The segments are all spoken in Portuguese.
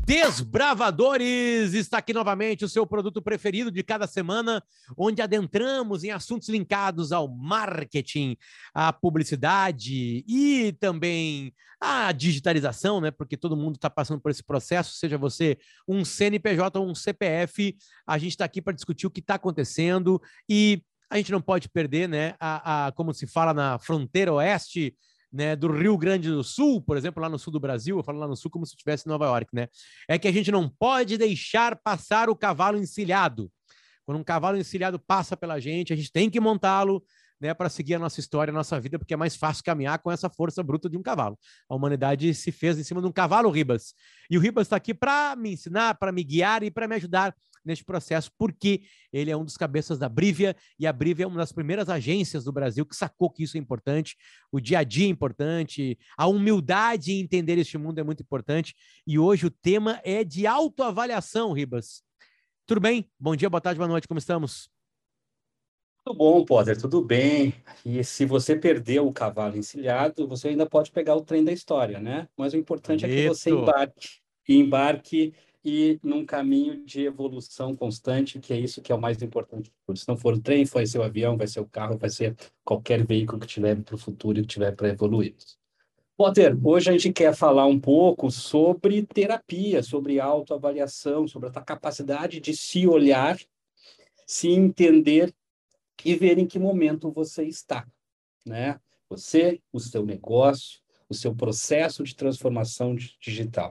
Desbravadores, está aqui novamente o seu produto preferido de cada semana, onde adentramos em assuntos linkados ao marketing, à publicidade e também à digitalização, né? Porque todo mundo está passando por esse processo, seja você um CNPJ ou um CPF, a gente está aqui para discutir o que está acontecendo e a gente não pode perder, né? Como se fala na fronteira oeste, né, do Rio Grande do Sul, por exemplo, lá no sul do Brasil, eu falo lá no sul como se estivesse em Nova York, né? É que a gente não pode deixar passar o cavalo encilhado. Quando um cavalo encilhado passa pela gente, a gente tem que montá-lo, né, para seguir a nossa história, a nossa vida, porque é mais fácil caminhar com essa força bruta de um cavalo. A humanidade se fez em cima de um cavalo, Ribas. E o Ribas está aqui para me ensinar, para me guiar e para me ajudar neste processo, porque ele é um dos cabeças da Brivia, e a Brivia é uma das primeiras agências do Brasil que sacou que isso é importante, o dia a dia é importante, a humildade em entender este mundo é muito importante, e hoje o tema é de autoavaliação, Ribas. Tudo bem? Bom dia, boa tarde, boa noite, como estamos? Tudo bom, Potter, tudo bem. E se você perdeu o cavalo encilhado, você ainda pode pegar o trem da história, né? Mas o importante é que você Bonito. embarque e num caminho de evolução constante, que é isso que é o mais importante. Se não for o trem, vai ser o avião, vai ser o carro, vai ser qualquer veículo que te leve para o futuro e que te leve para evoluir. Potter, hoje a gente quer falar um pouco sobre terapia, sobre autoavaliação, sobre a tua capacidade de se olhar, se entender e ver em que momento você está, né? Você, o seu negócio, o seu processo de transformação digital.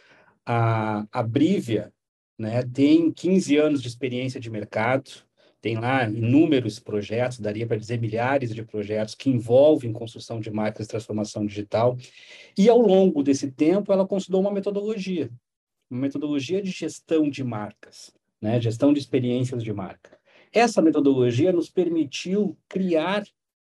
A Brivia, né, tem 15 anos de experiência de mercado, tem lá inúmeros projetos, daria para dizer milhares de projetos que envolvem construção de marcas e transformação digital. E ao longo desse tempo, ela consolidou uma metodologia de gestão de marcas, né, gestão de experiências de marca. Essa metodologia nos permitiu criar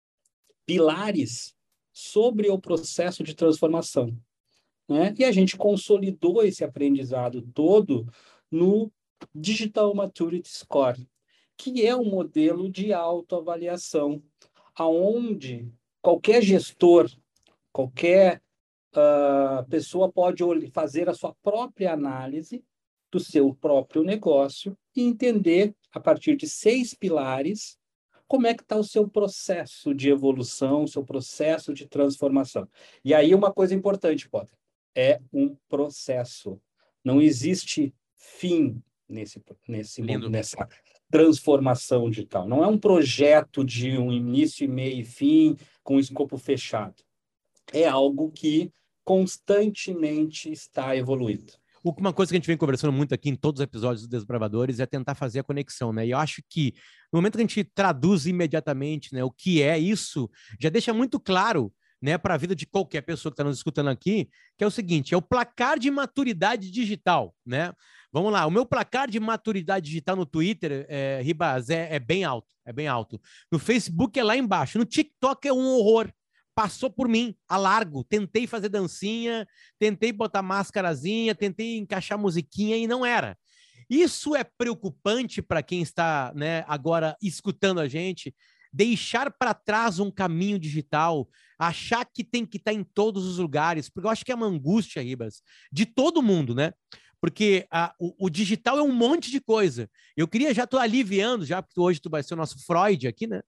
pilares sobre o processo de transformação, né? E a gente consolidou esse aprendizado todo no Digital Maturity Score, que é um modelo de autoavaliação, aonde qualquer gestor, qualquer pessoa pode fazer a sua própria análise do seu próprio negócio e entender, a partir de 6 pilares, como é que está o seu processo de evolução, o seu processo de transformação. E aí uma coisa importante, Potter, é um processo. Não existe fim Lindo. nessa transformação digital. Não é um projeto de um início, meio e fim, com escopo fechado. É algo que constantemente está evoluindo. Uma coisa que a gente vem conversando muito aqui em todos os episódios dos Desbravadores é tentar fazer a conexão, né? E eu acho que no momento que a gente traduz imediatamente, né, o que é isso, já deixa muito claro, né, para a vida de qualquer pessoa que está nos escutando aqui, que é o seguinte: é o placar de maturidade digital, né? Vamos lá, o meu placar de maturidade digital no Twitter, Ribas, é bem alto, é bem alto. No Facebook é lá embaixo, no TikTok é um horror. Passou por mim, a largo. Tentei fazer dancinha, tentei botar máscarazinha, tentei encaixar musiquinha e não era. Isso é preocupante para quem está, né, agora escutando a gente, deixar para trás um caminho digital, achar que tem que estar em todos os lugares, porque eu acho que é uma angústia, Ribas, de todo mundo, né? Porque o digital é um monte de coisa. Eu queria, já estou aliviando, já, porque hoje tu vai ser o nosso Freud aqui, né?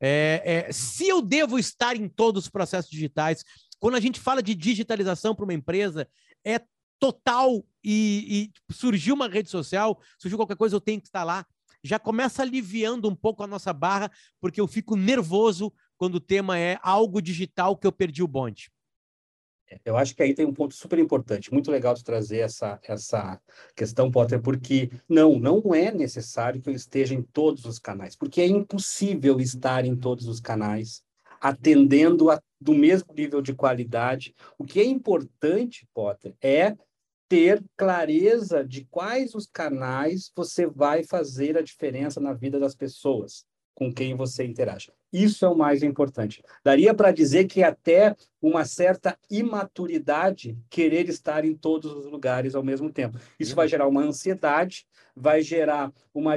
Se eu devo estar em todos os processos digitais, quando a gente fala de digitalização para uma empresa, é total e surgiu uma rede social, surgiu qualquer coisa, eu tenho que estar lá. Já começa aliviando um pouco a nossa barra, porque eu fico nervoso quando o tema é algo digital que eu perdi o bonde. Eu acho que aí tem um ponto super importante, muito legal de trazer essa questão, Potter, porque não é necessário que eu esteja em todos os canais, porque é impossível estar em todos os canais, atendendo do mesmo nível de qualidade. O que é importante, Potter, é ter clareza de quais os canais você vai fazer a diferença na vida das pessoas com quem você interage. Isso é o mais importante. Daria para dizer que até uma certa imaturidade querer estar em todos os lugares ao mesmo tempo. Isso vai gerar uma ansiedade, vai gerar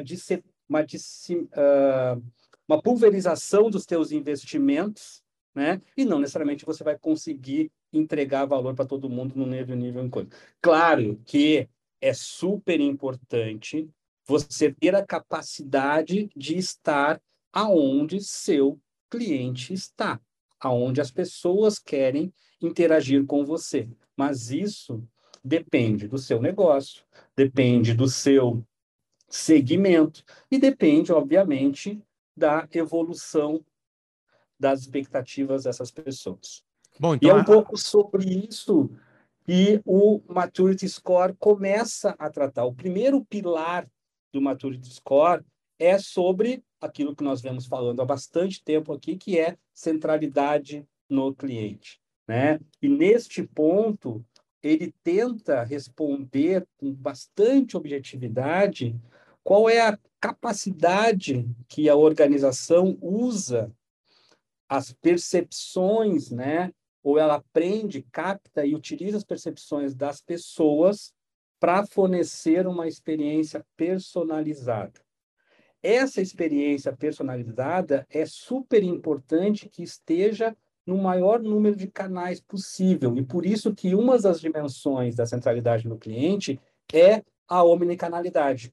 uma pulverização dos teus investimentos, né? E não necessariamente você vai conseguir entregar valor para todo mundo no nível em coisa. Claro que é super importante você ter a capacidade de estar aonde seu cliente está, aonde as pessoas querem interagir com você. Mas isso depende do seu negócio, depende do seu segmento e depende, obviamente, da evolução das expectativas dessas pessoas. Bom, E então é um pouco sobre isso que o Maturity Score começa a tratar. O primeiro pilar do Maturity Score é sobre aquilo que nós vemos falando há bastante tempo aqui, que é centralidade no cliente, né? E neste ponto, ele tenta responder com bastante objetividade qual é a capacidade que a organização usa as percepções, né? Ou ela aprende, capta e utiliza as percepções das pessoas para fornecer uma experiência personalizada. Essa experiência personalizada é super importante que esteja no maior número de canais possível. E por isso que uma das dimensões da centralidade no cliente é a omnicanalidade.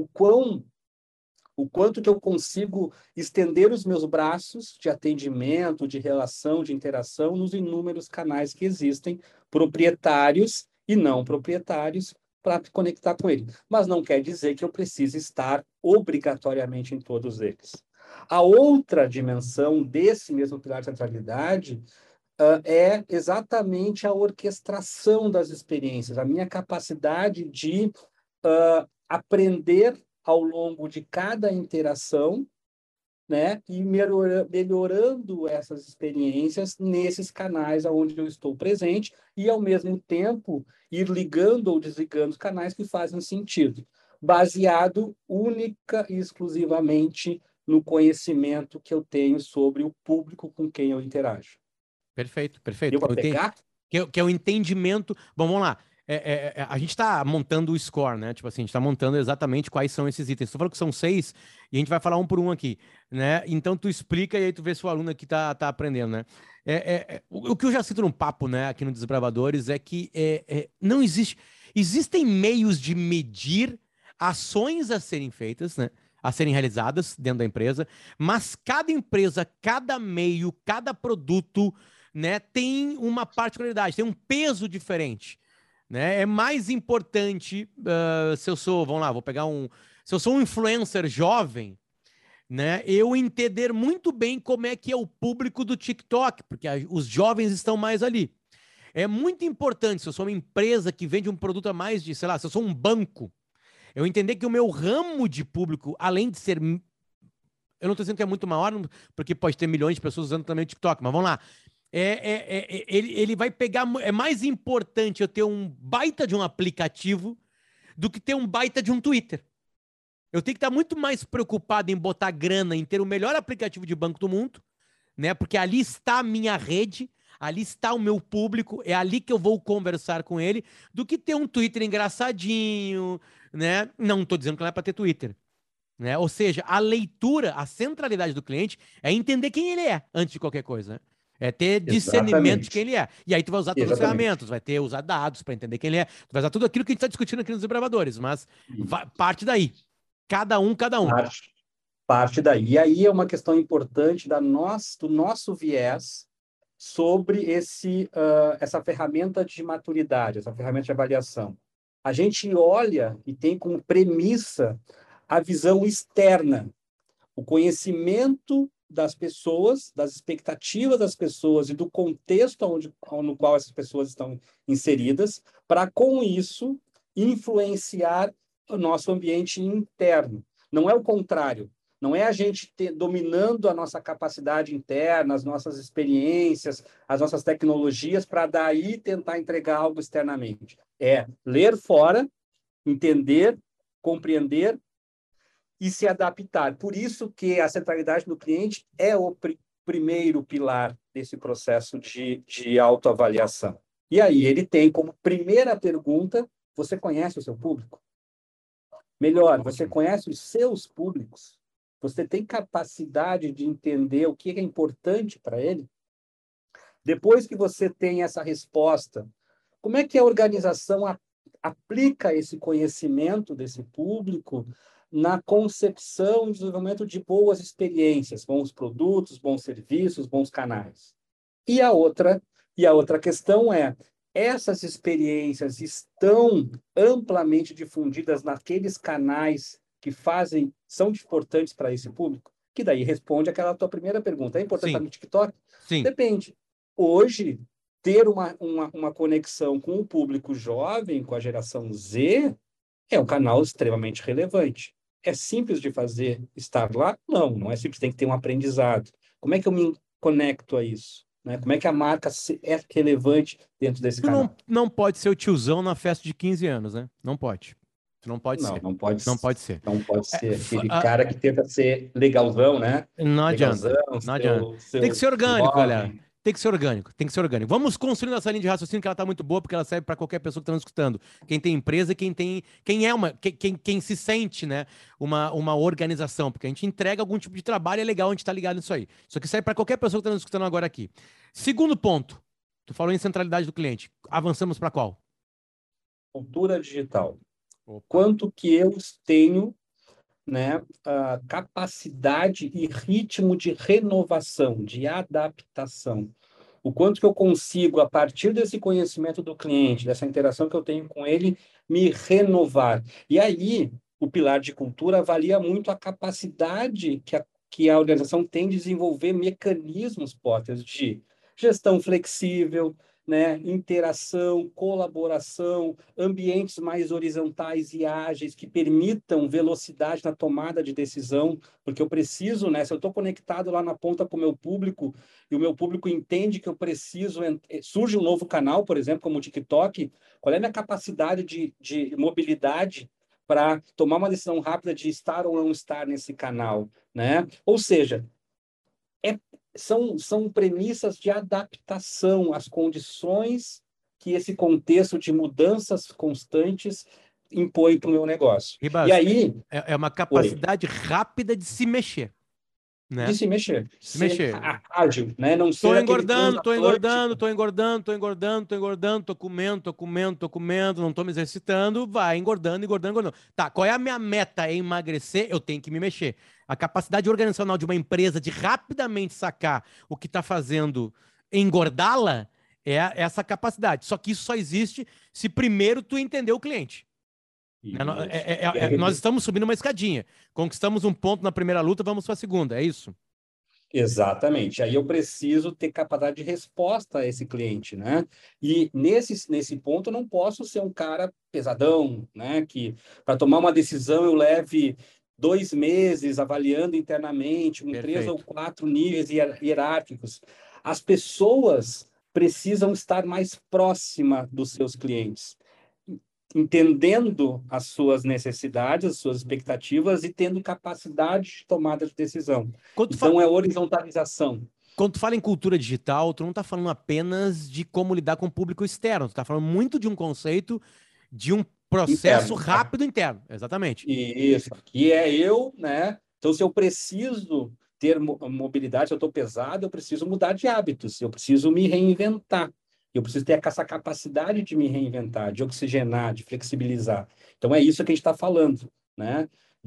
O quanto que eu consigo estender os meus braços de atendimento, de relação, de interação nos inúmeros canais que existem, proprietários e não proprietários, para me conectar com ele. Mas não quer dizer que eu precise estar obrigatoriamente em todos eles. A outra dimensão desse mesmo pilar de centralidade é exatamente a orquestração das experiências, a minha capacidade de aprender ao longo de cada interação, né, e melhorando essas experiências nesses canais onde eu estou presente e, ao mesmo tempo, ir ligando ou desligando os canais que fazem sentido, baseado única e exclusivamente no conhecimento que eu tenho sobre o público com quem eu interajo. perfeito, perfeito. Deu para pegar? Que é o entendimento. Bom, vamos lá. A gente está montando o score, né? Tipo assim, a gente está montando exatamente quais são esses itens. Tu falou que são 6 e a gente vai falar um por um aqui, né? Então tu explica e aí tu vê se o aluno aqui tá aprendendo, né? O que eu já cito no papo, né, aqui no Desbravadores é que não existe. Existem meios de medir ações a serem feitas, né? A serem realizadas dentro da empresa, mas cada empresa, cada meio, cada produto, né, tem uma particularidade, tem um peso diferente, né? É mais importante se eu sou, vamos lá, vou pegar se eu sou um influencer jovem, né, eu entender muito bem como é que é o público do TikTok, porque os jovens estão mais ali. É muito importante, se eu sou uma empresa que vende um produto a mais de, sei lá, se eu sou um banco, eu entender que o meu ramo de público, além de ser, eu não estou dizendo que é muito maior, porque pode ter milhões de pessoas usando também o TikTok, mas vamos lá. Ele vai pegar. É mais importante eu ter um baita de um aplicativo do que ter um baita de um Twitter. Eu tenho que estar muito mais preocupado em botar grana, em ter o melhor aplicativo de banco do mundo, né? Porque ali está a minha rede, ali está o meu público, é ali que eu vou conversar com ele, do que ter um Twitter engraçadinho, né? Não estou dizendo que não é para ter Twitter. Né? Ou seja, a leitura, a centralidade do cliente é entender quem ele é antes de qualquer coisa. Né? É ter discernimento de quem Exatamente. ele é. E aí tu vai usar todas as Exatamente. ferramentas, vai ter usar dados para entender quem ele é, tu vai usar tudo aquilo que a gente está discutindo aqui nos desbravadores, mas parte daí. Cada um, cada um. Parte daí. E aí é uma questão importante do nosso viés sobre essa ferramenta de maturidade, essa ferramenta de avaliação. A gente olha e tem como premissa a visão externa, o conhecimento das pessoas, das expectativas das pessoas e do contexto no qual essas pessoas estão inseridas, para, com isso, influenciar o nosso ambiente interno. Não é o contrário. Não é a gente dominando a nossa capacidade interna, as nossas experiências, as nossas tecnologias, para daí tentar entregar algo externamente. É ler fora, entender, compreender e se adaptar. Por isso que a centralidade do cliente é o primeiro pilar desse processo de autoavaliação. E aí ele tem como primeira pergunta: você conhece o seu público? Melhor, você conhece os seus públicos? Você tem capacidade de entender o que é importante para ele? Depois que você tem essa resposta, como é que a organização aplica esse conhecimento desse público na concepção e desenvolvimento de boas experiências, bons produtos, bons serviços, bons canais. E a outra questão é, essas experiências estão amplamente difundidas naqueles canais que são importantes para esse público? Que daí responde aquela tua primeira pergunta. É importante estar Sim, no TikTok? sim. Depende. Hoje, ter uma conexão com o público jovem, com a geração Z, é um canal extremamente relevante. É simples de fazer, estar lá? Não, não é simples, tem que ter um aprendizado. Como é que eu me conecto a isso? Né? Como é que a marca é relevante dentro desse Tu não, canal? não pode ser o tiozão na festa de 15 anos, né? Não pode. Tu não pode Não, ser. Não pode ser. não pode É, ser aquele cara que tenta ser legalzão, né? não adianta. Legalzão, Não adianta. Tem que seu ser orgânico, galera. jovem. Tem que ser orgânico, tem que ser orgânico. Vamos construindo essa linha de raciocínio que ela tá muito boa, porque ela serve para qualquer pessoa que está nos escutando. Quem tem empresa e quem se sente, né, uma organização, porque a gente entrega algum tipo de trabalho, é legal a gente estar ligado nisso aí. Isso aqui serve para qualquer pessoa que está nos escutando agora aqui. Segundo ponto, tu falou em centralidade do cliente. Avançamos para qual? Cultura digital. Opa. Quanto que eu tenho, né, a capacidade e ritmo de renovação, de adaptação. O quanto que eu consigo, a partir desse conhecimento do cliente, dessa interação que eu tenho com ele, me renovar. E aí, o pilar de cultura avalia muito a capacidade que a organização tem de desenvolver mecanismos, Potter, de gestão flexível, né, interação, colaboração, ambientes mais horizontais e ágeis que permitam velocidade na tomada de decisão, porque eu preciso, né, se eu estou conectado lá na ponta com o meu público e o meu público entende que eu preciso, surge um novo canal, por exemplo, como o TikTok, qual é a minha capacidade de mobilidade para tomar uma decisão rápida de estar ou não estar nesse canal, né? Ou seja, é, são premissas de adaptação às condições que esse contexto de mudanças constantes impõe para o meu negócio. E Ribas, aí, é uma oi, capacidade rápida de se mexer, de né? se mexer, de Se ser mexer. ágil, né? Não Tô ser aquele engordando, tô transatlântico. engordando, tô engordando, tô engordando, tô engordando, tô comendo, tô comendo, tô comendo, não tô me exercitando, vai engordando, engordando, engordando. Tá, qual é a minha meta? É emagrecer? Eu tenho que me mexer. A capacidade organizacional de uma empresa de rapidamente sacar o que tá fazendo engordá-la é essa capacidade. Só que isso só existe se primeiro tu entender o cliente. Né? Isso. E aí, Nós estamos subindo uma escadinha. Conquistamos um ponto na primeira luta, vamos para a segunda, é isso? exatamente. Aí eu preciso ter capacidade de resposta a esse cliente, né? E nesse ponto eu não posso ser um cara pesadão, né? Que para tomar uma decisão eu leve 2 meses avaliando internamente, com 3 ou Perfeito. 4 níveis hierárquicos. As pessoas precisam estar mais próxima dos seus clientes, entendendo as suas necessidades, as suas expectativas e tendo capacidade de tomada de decisão. Quando tu fala, Então, é horizontalização Quando tu fala em cultura digital, tu não tá falando apenas de como lidar com o público externo, tu tá falando muito de um conceito de um processo interna. rápido interno. Exatamente. E isso aqui é eu, né? Então, se eu preciso ter mobilidade, se eu estou pesado, eu preciso mudar de hábitos, eu preciso me reinventar. Eu preciso ter essa capacidade de me reinventar, de oxigenar, de flexibilizar. Então, é isso que a gente está falando, né?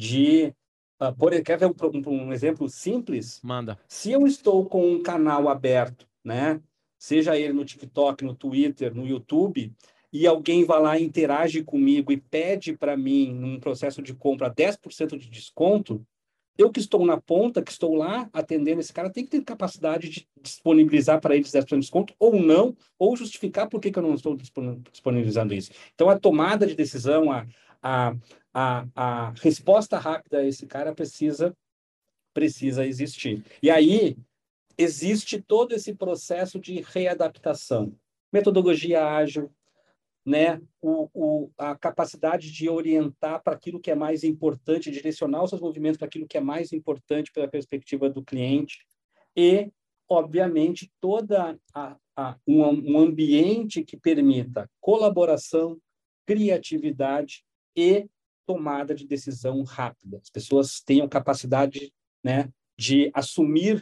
Quer ver um exemplo simples? Manda. Se eu estou com um canal aberto, né? Seja ele no TikTok, no Twitter, no YouTube, e alguém vai lá e interage comigo e pede para mim, num processo de compra, 10% de desconto, eu que estou na ponta, que estou lá atendendo esse cara, tem que ter capacidade de disponibilizar para eles 10% de desconto, ou não, ou justificar por que eu não estou disponibilizando isso. Então, a tomada de decisão, a, a resposta rápida a esse cara precisa existir. E aí, existe todo esse processo de readaptação. Metodologia ágil, né? A capacidade de orientar para aquilo que é mais importante, direcionar os seus movimentos para aquilo que é mais importante pela perspectiva do cliente e, obviamente, um ambiente que permita colaboração, criatividade e tomada de decisão rápida. As pessoas tenham capacidade, né, de assumir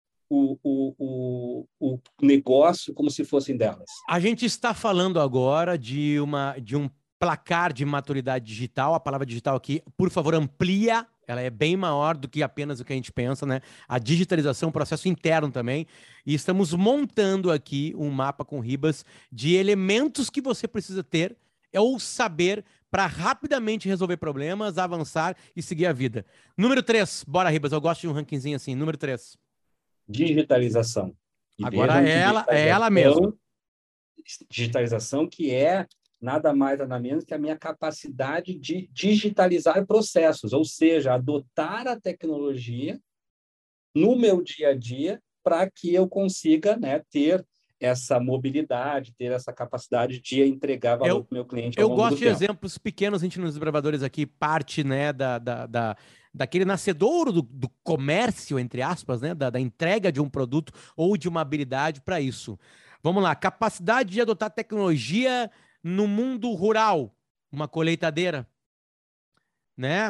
o negócio como se fossem delas. A gente está falando agora de um placar de maturidade digital. A palavra digital aqui, por favor, amplia. Ela é bem maior do que apenas o que a gente pensa, né? A digitalização é um processo interno também. E estamos montando aqui um mapa com Ribas de elementos que você precisa ter ou saber para rapidamente resolver problemas, avançar e seguir a vida. Número 3, bora, Ribas, eu gosto de um rankingzinho assim. Número 3. Digitalização. E Agora vejam que é ela mesma. digitalização que é nada mais, nada menos que a minha capacidade de digitalizar processos, ou seja, adotar a tecnologia no meu dia a dia para que eu consiga, né, ter essa mobilidade, ter essa capacidade de entregar valor para o meu cliente ao Eu longo gosto do de tempo. exemplos pequenos, a gente nos desbravadores aqui, parte, né, daquele nascedouro do comércio, entre aspas, né, da entrega de um produto ou de uma habilidade para isso. Vamos lá, capacidade de adotar tecnologia no mundo rural, uma colheitadeira, né?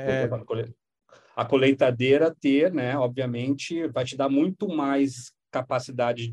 A colheitadeira ter, né, obviamente, vai te dar muito mais capacidade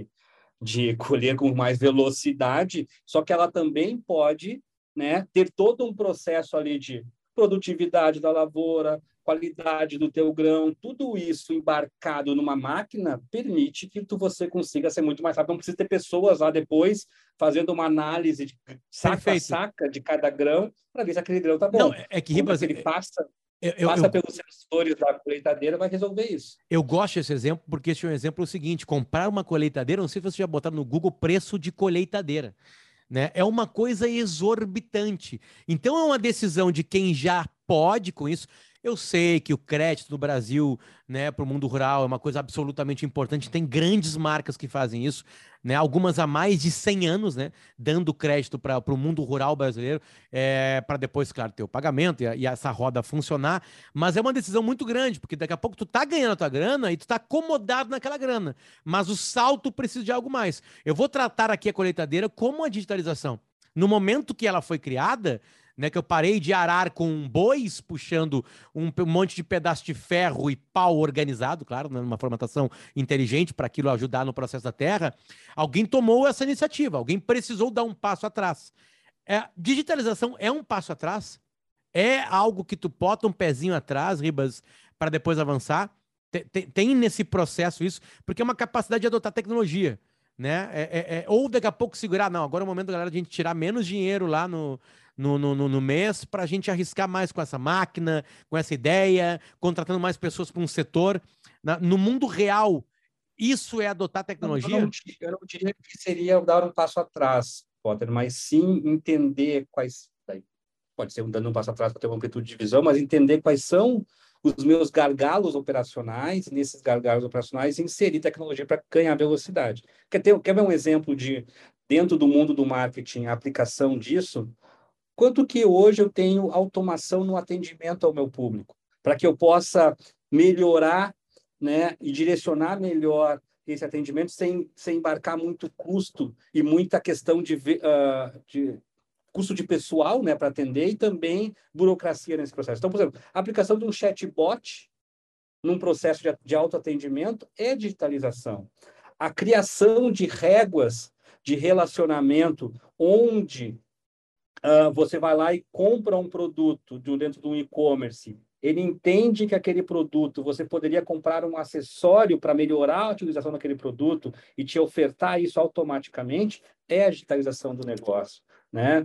de colher com mais velocidade, só que ela também pode, né, ter todo um processo ali de produtividade da lavoura, qualidade do teu grão, tudo isso embarcado numa máquina permite que você consiga ser muito mais rápido. Não precisa ter pessoas lá depois fazendo uma análise de saco a Perfeito. saca de cada grão para ver se aquele grão está Não, bom. é que, Uma vez Ribas, que ele passa eu pelos sensores da colheitadeira, vai resolver isso. Eu gosto desse exemplo porque esse é um exemplo seguinte: comprar uma colheitadeira, não sei se você já botaram no Google preço de colheitadeira, né? É uma coisa exorbitante. Então é uma decisão de quem já pode com isso. Eu sei que o crédito no Brasil, né, para o mundo rural é uma coisa absolutamente importante. Tem grandes marcas que fazem isso, né? Algumas há mais de 100 anos, né, dando crédito para o mundo rural brasileiro, para depois, claro, ter o pagamento e essa roda funcionar. Mas é uma decisão muito grande, porque daqui a pouco tu tá ganhando a tua grana e tu tá acomodado naquela grana. Mas o salto precisa de algo mais. Eu vou tratar aqui a colheitadeira como a digitalização. No momento que ela foi criada, né, que eu parei de arar com bois puxando um monte de pedaço de ferro e pau organizado, claro, né, numa formatação inteligente para aquilo ajudar no processo da terra, alguém tomou essa iniciativa, alguém precisou dar um passo atrás. Digitalização é um passo atrás? É algo que tu bota um pezinho atrás, Ribas, para depois avançar? Tem nesse processo isso, porque é uma capacidade de adotar tecnologia, né? Ou daqui a pouco segurar, não, agora é o momento, galera, de a gente tirar menos dinheiro lá no mês para a gente arriscar mais com essa máquina, com essa ideia, contratando mais pessoas para um setor. No mundo real, isso é adotar tecnologia? Eu não diria que seria dar um passo atrás, Potter, mas sim entender quais... Pode ser dando um passo atrás para ter uma amplitude de visão, mas entender quais são os meus gargalos operacionais, nesses gargalos operacionais, inserir tecnologia para ganhar velocidade. Quer ver um exemplo de, dentro do mundo do marketing, a aplicação disso? Quanto que hoje eu tenho automação no atendimento ao meu público, para que eu possa melhorar, né, e direcionar melhor esse atendimento sem embarcar muito custo e muita questão de custo de pessoal, né, para atender e também burocracia nesse processo. Então, por exemplo, a aplicação de um chatbot num processo de autoatendimento é digitalização. A criação de réguas de relacionamento onde você vai lá e compra um produto dentro do e-commerce, ele entende que aquele produto, você poderia comprar um acessório para melhorar a utilização daquele produto e te ofertar isso automaticamente, é a digitalização do negócio, né?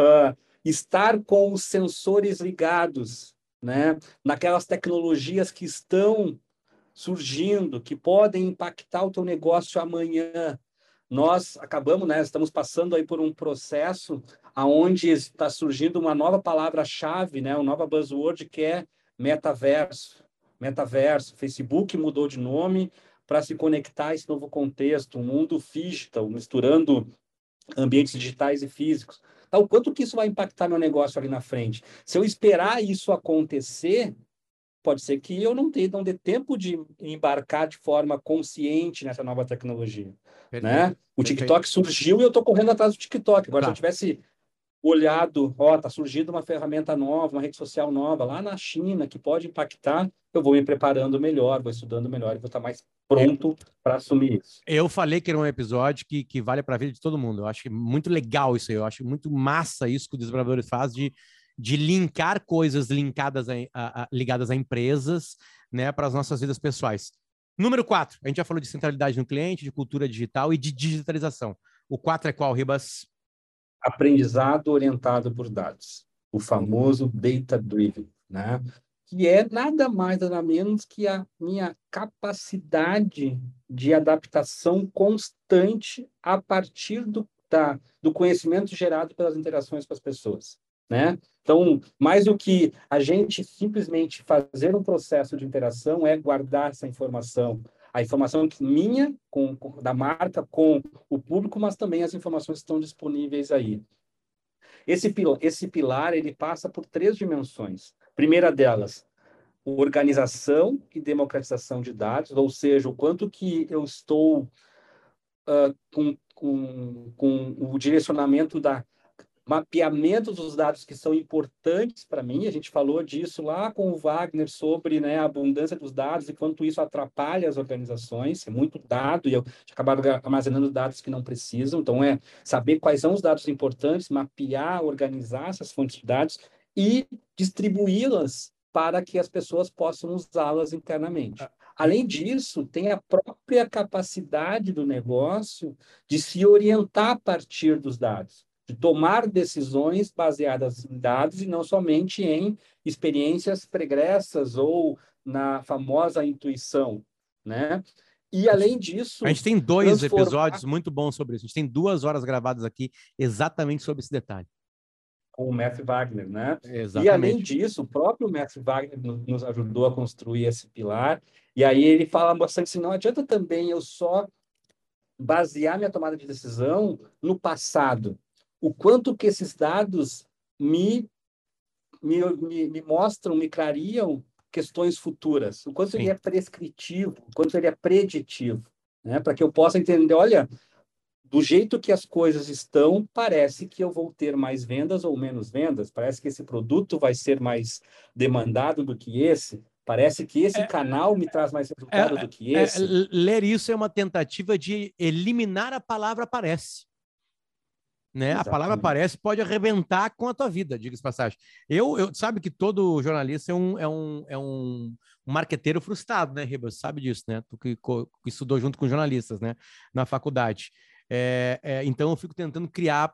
Estar com os sensores ligados, né? Naquelas tecnologias que estão surgindo, que podem impactar o teu negócio amanhã. Nós acabamos, né? Estamos passando aí por um processo aonde está surgindo uma nova palavra-chave, né? Uma nova buzzword que é metaverso. Metaverso. Facebook mudou de nome para se conectar a esse novo contexto, um mundo digital, misturando ambientes digitais e físicos. Então, o quanto que isso vai impactar meu negócio ali na frente? Se eu esperar isso acontecer, pode ser que eu não dê tempo de embarcar de forma consciente nessa nova tecnologia, Perfeito, né? O perfeito. TikTok surgiu e eu estou correndo atrás do TikTok. Agora, se eu Claro. tivesse olhado, ó, está surgindo uma ferramenta nova, uma rede social nova lá na China que pode impactar, eu vou me preparando melhor, vou estudando melhor e vou estar mais pronto para assumir isso. Eu falei que era um episódio que vale para a vida de todo mundo. Eu acho muito legal isso aí. Eu acho muito massa isso que o Desbravadores faz de linkar coisas ligadas a empresas, né, para as nossas vidas pessoais. Número 4, a gente já falou de centralidade no cliente, de cultura digital e de digitalização. O 4 é qual, Ribas? Aprendizado orientado por dados, o famoso data-driven, né? Que é nada mais, nada menos que a minha capacidade de adaptação constante a partir do conhecimento gerado pelas interações com as pessoas, né? Então, mais do que a gente simplesmente fazer um processo de interação é guardar essa informação, a informação minha, da marca, com o público, mas também as informações que estão disponíveis aí. Esse pilar ele passa por 3 dimensões. Primeira delas, organização e democratização de dados, ou seja, o quanto que eu estou com o direcionamento mapeamento dos dados que são importantes para mim. A gente falou disso lá com o Wagner sobre, né, a abundância dos dados e quanto isso atrapalha as organizações. É muito dado e eu acabaram armazenando dados que não precisam. Então, é saber quais são os dados importantes, mapear, organizar essas fontes de dados e distribuí-las para que as pessoas possam usá-las internamente. Além disso, tem a própria capacidade do negócio de se orientar a partir dos dados, de tomar decisões baseadas em dados e não somente em experiências pregressas ou na famosa intuição, né? E, além disso, a gente tem 2 episódios muito bons sobre isso. A gente tem 2 horas gravadas aqui exatamente sobre esse detalhe. Com o Matthew Wagner, né? Exatamente. E, além disso, o próprio Matthew Wagner nos ajudou a construir esse pilar. E aí ele fala bastante assim, não adianta também eu só basear minha tomada de decisão no passado. O quanto que esses dados me mostram, me clariam questões futuras. O quanto Sim. ele é prescritivo, o quanto ele é preditivo, né? Para que eu possa entender, olha, do jeito que as coisas estão, parece que eu vou ter mais vendas ou menos vendas, parece que esse produto vai ser mais demandado do que esse, parece que esse canal me traz mais resultado do que esse. Ler isso é uma tentativa de eliminar a palavra parece. Né? A palavra parece pode arrebentar com a tua vida, diga-se passagem. Eu sabe que todo jornalista é um marqueteiro frustrado, né, Ribas? Sabe disso, né? Tu que estudou junto com jornalistas, né, na faculdade. Então eu fico tentando criar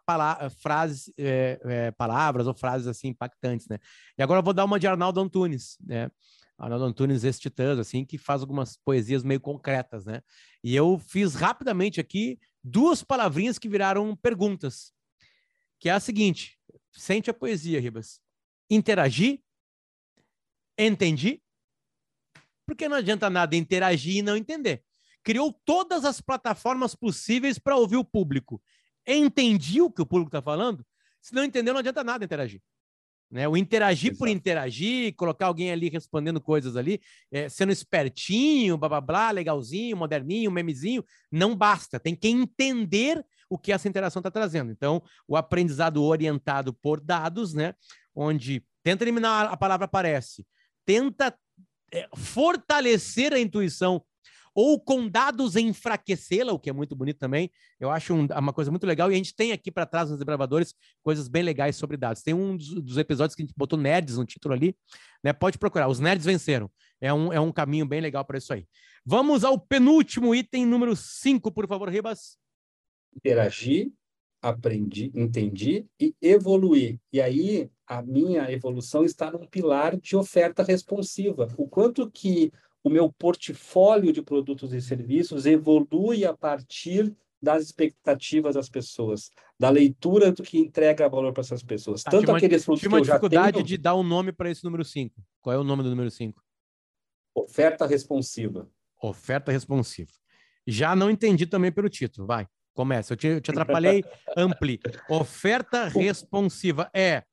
palavras ou frases assim impactantes, né? E agora eu vou dar uma de Arnaldo Antunes, né? Arnaldo Antunes, esse titã, assim, que faz algumas poesias meio concretas, né? E eu fiz rapidamente aqui 2 palavrinhas que viraram perguntas, que é a seguinte, sente a poesia, Ribas. Interagir, entendi, porque não adianta nada interagir e não entender. Criou todas as plataformas possíveis para ouvir o público. Entendi o que o público está falando? Se não entendeu, não adianta nada interagir. Né? O interagir Exato. Por interagir, colocar alguém ali respondendo coisas ali, sendo espertinho, blá, blá, blá, legalzinho, moderninho, memezinho, não basta. Tem que entender o que essa interação está trazendo. Então, o aprendizado orientado por dados, né? Onde tenta eliminar a palavra parece, tenta fortalecer a intuição ou com dados enfraquecê-la, o que é muito bonito também. Eu acho uma coisa muito legal, e a gente tem aqui para trás nos Desbravadores coisas bem legais sobre dados. Tem um dos episódios que a gente botou nerds no título ali, né? Pode procurar, os nerds venceram. É um caminho bem legal para isso aí. Vamos ao penúltimo item, número 5, por favor, Ribas. Interagir, aprendi, entendi e evoluir. E aí, a minha evolução está num pilar de oferta responsiva. O quanto que o meu portfólio de produtos e serviços evolui a partir das expectativas das pessoas, da leitura do que entrega valor para essas pessoas. Tanto aqueles produtos que eu já tenho... Tive uma dificuldade de dar um nome para esse número 5. Qual é o nome do número 5? Oferta responsiva. Oferta responsiva. Já não entendi também pelo título. Vai, começa. Eu te atrapalhei. Ampli. Oferta responsiva é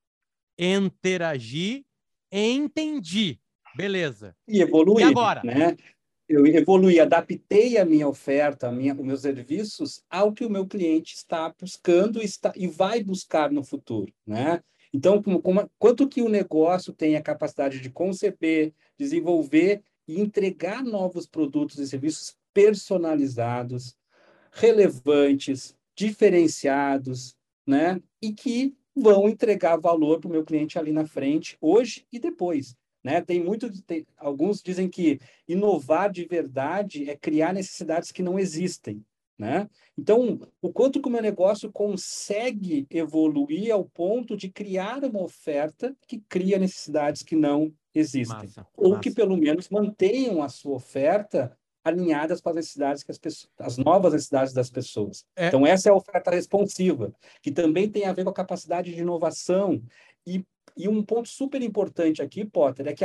interagir, entendi. Beleza. E evoluir, E agora? Né? Eu evoluí, adaptei a minha oferta, os meus serviços ao que o meu cliente está buscando e vai buscar no futuro, né? Então, quanto que o negócio tem a capacidade de conceber, desenvolver e entregar novos produtos e serviços personalizados, relevantes, diferenciados, né? E que vão entregar valor para o meu cliente ali na frente, hoje e depois, né? Alguns dizem que inovar de verdade é criar necessidades que não existem, né? Então, o quanto que o meu negócio consegue evoluir ao ponto de criar uma oferta que cria necessidades que não existem, Massa, ou que massa. pelo menos mantenham a sua oferta alinhadas com as necessidades que as novas necessidades das pessoas. É, Então, essa é a oferta responsiva, que também tem a ver com a capacidade de inovação. E um ponto super importante aqui, Potter, é que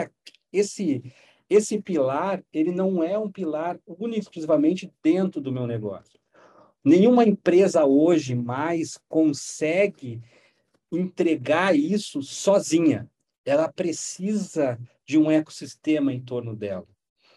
esse pilar, ele não é um pilar único exclusivamente dentro do meu negócio. Nenhuma empresa hoje mais consegue entregar isso sozinha. Ela precisa de um ecossistema em torno dela.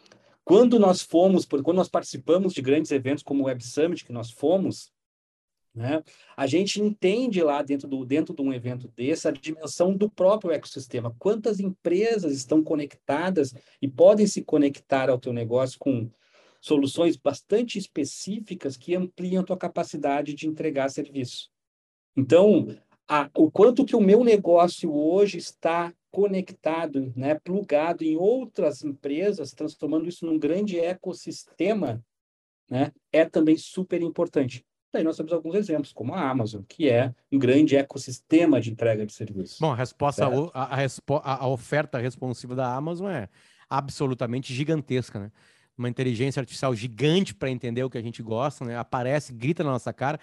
Quando nós participamos de grandes eventos como o Web Summit, que nós fomos, né, a gente entende lá dentro de um evento desse a dimensão do próprio ecossistema. Quantas empresas estão conectadas e podem se conectar ao teu negócio com soluções bastante específicas que ampliam a tua capacidade de entregar serviço. Então, o quanto que o meu negócio hoje está conectado, né, plugado em outras empresas, transformando isso num grande ecossistema, né, é também super importante. Daí nós temos alguns exemplos, como a Amazon, que é um grande ecossistema de entrega de serviços. bom, a resposta, Certo? a oferta responsiva da Amazon é absolutamente gigantesca, né? Uma inteligência artificial gigante para entender o que a gente gosta, né? Aparece, grita na nossa cara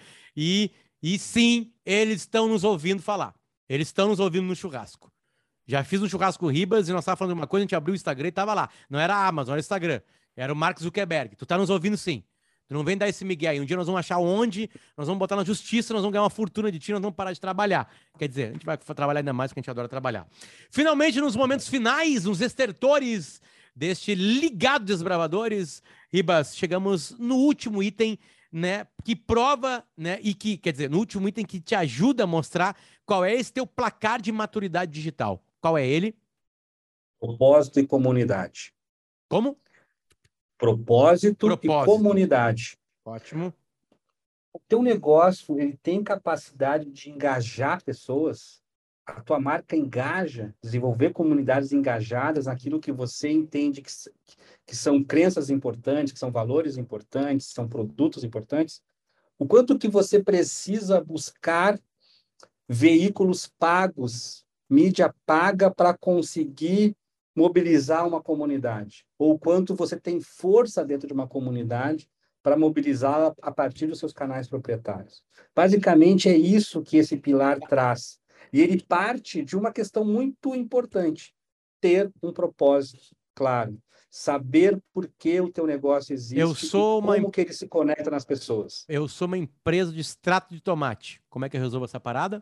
e sim, eles estão nos ouvindo falar. Eles estão nos ouvindo no churrasco. Já fiz um churrasco Ribas e nós estávamos falando de uma coisa, a gente abriu o Instagram e tava lá. Não era a Amazon, era o Instagram. Era o Mark Zuckerberg. Tu tá nos ouvindo sim. Tu não vem dar esse migué aí. Um dia nós vamos achar onde, nós vamos botar na justiça, nós vamos ganhar uma fortuna de ti, nós vamos parar de trabalhar. Quer dizer, a gente vai trabalhar ainda mais porque a gente adora trabalhar. Finalmente, nos momentos finais, nos estertores deste ligado Desbravadores, Ribas, chegamos no último item, né, que prova, né, e que, quer dizer, no último item que te ajuda a mostrar qual é esse teu placar de maturidade digital. Qual é ele? Propósito e comunidade. Como? Propósito e Propósito. comunidade. Ótimo. O teu negócio, ele tem capacidade de engajar pessoas, a tua marca engaja, desenvolver comunidades engajadas naquilo que você entende que são crenças importantes, que são valores importantes, são produtos importantes. O quanto que você precisa buscar veículos pagos, mídia paga para conseguir mobilizar uma comunidade, ou o quanto você tem força dentro de uma comunidade para mobilizá-la a partir dos seus canais proprietários. Basicamente, é isso que esse pilar traz. E ele parte de uma questão muito importante: ter um propósito claro, saber por que o teu negócio Eu existe e sou uma, como que ele se conecta nas pessoas. eu sou uma empresa de extrato de tomate. Como é que eu resolvo essa parada?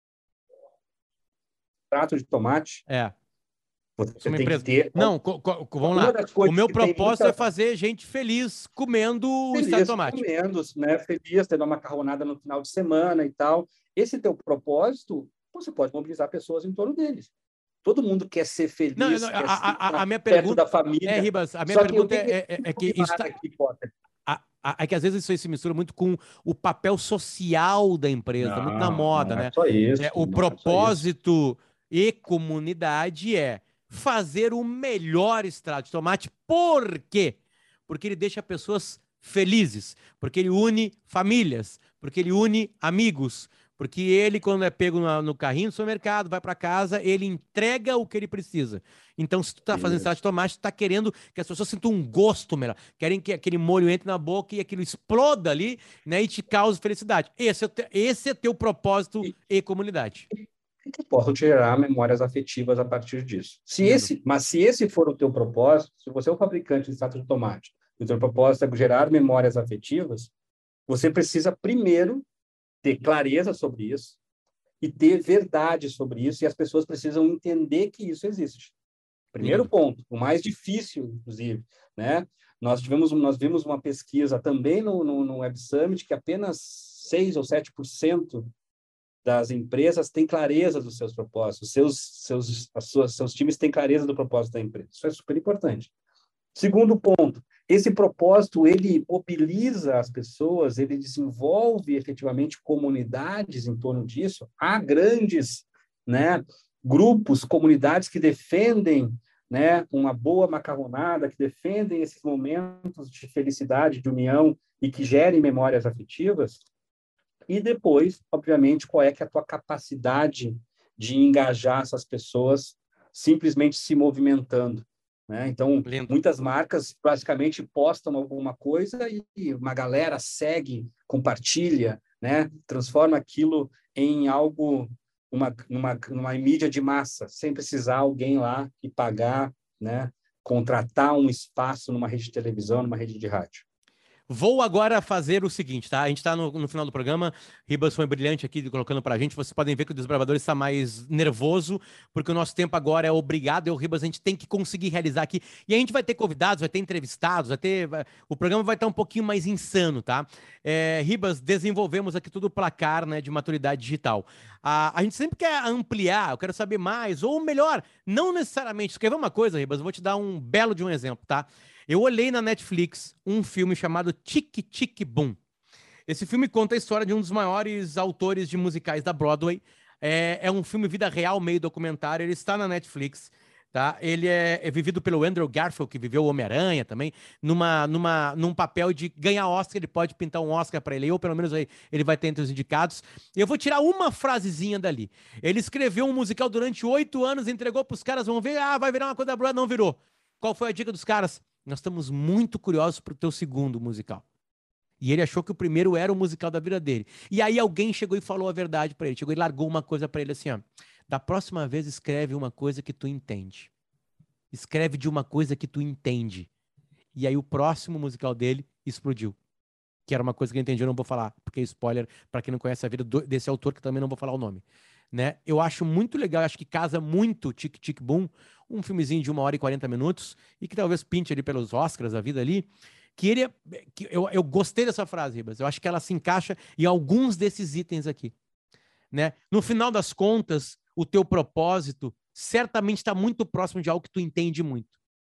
Prato de tomate, É, sou você uma tem que empresa. ter Não, vamos uma lá. das O coisas meu que tem propósito é muita fazer gente feliz comendo o extrato de feliz tomate. comendo, né? Feliz, tendo uma macarronada no final de semana e tal. Esse teu propósito, você pode mobilizar pessoas em torno deles. Todo mundo quer ser Não, feliz, quer a estar minha perto pergunta da família. Ribas, a minha Só que o pergunta que é o que isso pilar tá, aqui, Potter? é que às vezes isso aí se mistura muito com o papel social da empresa, tá muito na Não, moda, não é né? só É, isso, o não é só isso. propósito e comunidade é fazer o melhor extrato de tomate. Por quê? Porque ele deixa pessoas felizes, porque ele une famílias, porque ele une amigos, porque ele, quando é pego no carrinho do supermercado, vai para casa, ele entrega o que ele precisa. Então, se tu tá fazendo extrato de Isso. tomate, tu tá querendo que as pessoas sintam um gosto melhor, querem que aquele molho entre na boca e aquilo exploda ali, né, e te cause felicidade. Esse é teu propósito E e comunidade. que possam gerar memórias afetivas a partir disso. Lindo. Mas se esse for o teu propósito, se você é o fabricante de extrato de tomate, e o teu propósito é gerar memórias afetivas, você precisa primeiro ter clareza sobre isso e ter verdade sobre isso, e as pessoas precisam entender que isso existe. Primeiro Lindo. ponto, o mais difícil, inclusive, né? Nós vimos uma pesquisa também no Web Summit que apenas 6 ou 7% das empresas têm clareza dos seus propósitos, seus times têm clareza do propósito da empresa. Isso é super importante. Segundo ponto, esse propósito, ele mobiliza as pessoas, ele desenvolve efetivamente comunidades em torno disso. Há grandes, né, grupos, comunidades que defendem, né, uma boa macarronada, que defendem esses momentos de felicidade, de união e que gerem memórias afetivas. E depois, obviamente, qual é que é a tua capacidade de engajar essas pessoas simplesmente se movimentando, né? Então, Lindo. muitas marcas basicamente postam alguma coisa e uma galera segue, compartilha, né? Transforma aquilo em algo, numa mídia de massa, sem precisar alguém lá e pagar, né? Contratar um espaço numa rede de televisão, numa rede de rádio. Vou agora fazer o seguinte, tá? A gente está no final do programa. Ribas foi brilhante aqui colocando pra gente. Vocês podem ver que o Desbravador está mais nervoso, porque o nosso tempo agora é obrigado. Eu, Ribas, a gente tem que conseguir realizar aqui. E a gente vai ter convidados, vai ter entrevistados, o programa vai estar um pouquinho mais insano, tá? Ribas, desenvolvemos aqui tudo o placar, né, de maturidade digital. A gente sempre quer ampliar, eu quero saber mais, ou melhor, não necessariamente. Quer ver uma coisa, Ribas? Eu vou te dar um belo de um exemplo, tá? Eu olhei na Netflix um filme chamado Tic Tic Boom. Esse filme conta a história de um dos maiores autores de musicais da Broadway. É um filme vida real, meio documentário. Ele está na Netflix, tá? Ele é vivido pelo Andrew Garfield, que viveu o Homem-Aranha também, num papel de ganhar Oscar. Ele pode pintar um Oscar para ele, ou pelo menos ele vai ter entre os indicados. E eu vou tirar uma frasezinha dali. Ele escreveu um musical durante 8 anos, entregou para os caras, vão ver, vai virar uma coisa da Broadway. Não virou. Qual foi a dica dos caras? Nós estamos muito curiosos para o teu segundo musical. E ele achou que o primeiro era o musical da vida dele. E aí alguém chegou e falou a verdade para ele. Chegou e largou uma coisa para ele assim, ó. Da próxima vez escreve uma coisa que tu entende. Escreve de uma coisa que tu entende. E aí o próximo musical dele explodiu. Que era uma coisa que eu entendi, eu não vou falar, porque é spoiler para quem não conhece a vida desse autor, que também não vou falar o nome. Né? Eu acho muito legal, acho que casa muito Tic Tic Boom, um filmezinho de 1h40 minutos, e que talvez pinte ali pelos Oscars a vida ali, eu gostei dessa frase, Ribas, eu acho que ela se encaixa em alguns desses itens aqui. Né? No final das contas, o teu propósito certamente está muito próximo de algo que tu entende muito.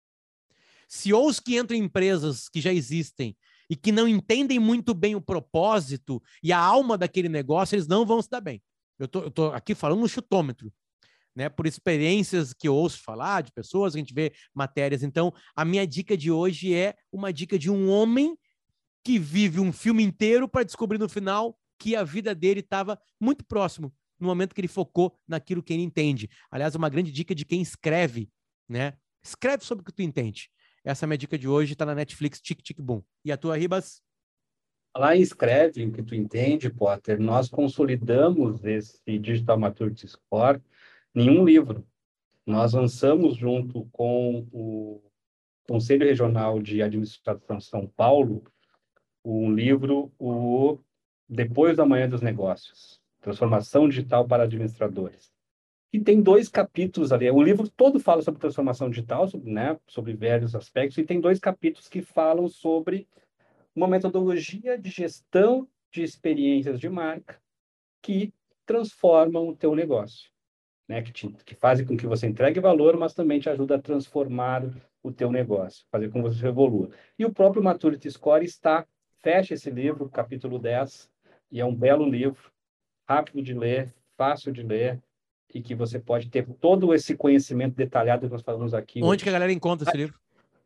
CEOs que entram em empresas que já existem e que não entendem muito bem o propósito e a alma daquele negócio, eles não vão se dar bem. Eu tô aqui falando no chutômetro, né? Por experiências que eu ouço falar de pessoas, a gente vê matérias. Então, a minha dica de hoje é uma dica de um homem que vive um filme inteiro para descobrir no final que a vida dele estava muito próximo no momento que ele focou naquilo que ele entende. Aliás, uma grande dica de quem escreve, né? Escreve sobre o que tu entende. Essa é a minha dica de hoje, está na Netflix, Tic Tic Boom. E a tua, Ribas? Lá em Escreve, o que tu entende, Potter, nós consolidamos esse Digital Maturity Score em um livro. Nós lançamos junto com o Conselho Regional de Administração de São Paulo um livro, o Depois da Manhã dos Negócios, Transformação Digital para Administradores. E tem 2 capítulos ali. O livro todo fala sobre transformação digital, sobre vários aspectos, e tem 2 capítulos que falam sobre uma metodologia de gestão de experiências de marca que transformam o teu negócio, né? Que fazem com que você entregue valor, mas também te ajuda a transformar o teu negócio, fazer com que você evolua. E o próprio Maturity Score fecha esse livro, capítulo 10, e é um belo livro, rápido de ler, fácil de ler, e que você pode ter todo esse conhecimento detalhado que nós falamos aqui Onde que a hoje. galera encontra esse livro?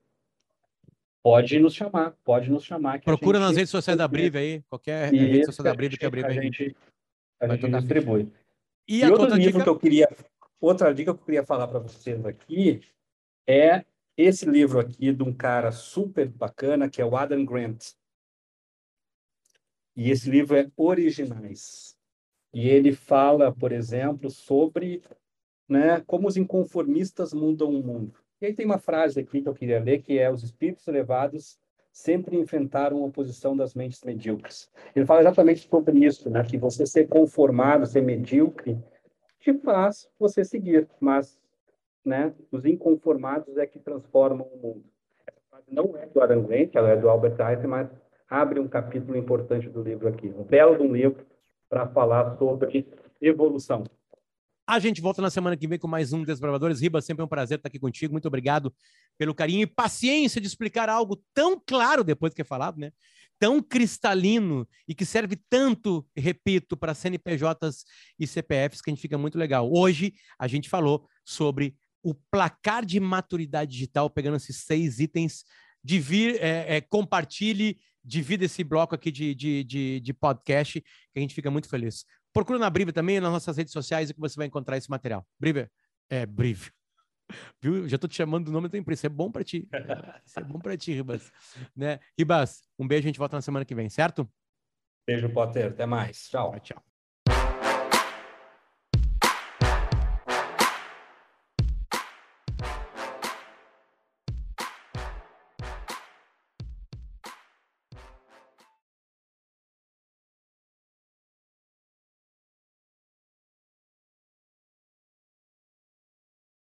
Pode nos chamar que a Procura nas gente... redes sociais da Brive aí, qualquer rede E social isso da Brive que a Brive a vai gente tocar a ficha. distribui. E E a tua outro outra livro dica? outra dica que eu queria falar para vocês aqui é esse livro aqui de um cara super bacana, que é o Adam Grant. E esse livro é Originais. E ele fala, por exemplo, sobre, né, como os inconformistas mudam o mundo. E aí tem uma frase aqui que eu queria ler, que é: os espíritos elevados sempre enfrentaram a oposição das mentes medíocres. Ele fala exatamente sobre isso, né, que você ser conformado, ser medíocre, te faz você seguir, mas, né, os inconformados é que transformam o mundo. não é do Aranguren, ela é do Albert Einstein, mas abre um capítulo importante do livro aqui. Um belo de um livro para falar sobre evolução. A gente volta na semana que vem com mais um Desbravadores. Ribas, sempre é um prazer estar aqui contigo. Muito obrigado pelo carinho e paciência de explicar algo tão claro depois que é falado, né? Tão cristalino e que serve tanto, repito, para CNPJs e CPFs, que a gente fica muito legal. Hoje a gente falou sobre o placar de maturidade digital, pegando esses 6 itens. Compartilhe, divida esse bloco aqui de podcast, que a gente fica muito feliz. Procura na Brive também, nas nossas redes sociais, que você vai encontrar esse material. Brive? Brive. Viu? Já tô te chamando do nome da empresa. Isso é bom para ti. Isso é bom para ti, Ribas. Né? Ribas, um beijo, a gente volta na semana que vem, certo? Beijo, Potter. Até mais. Tchau. Tchau.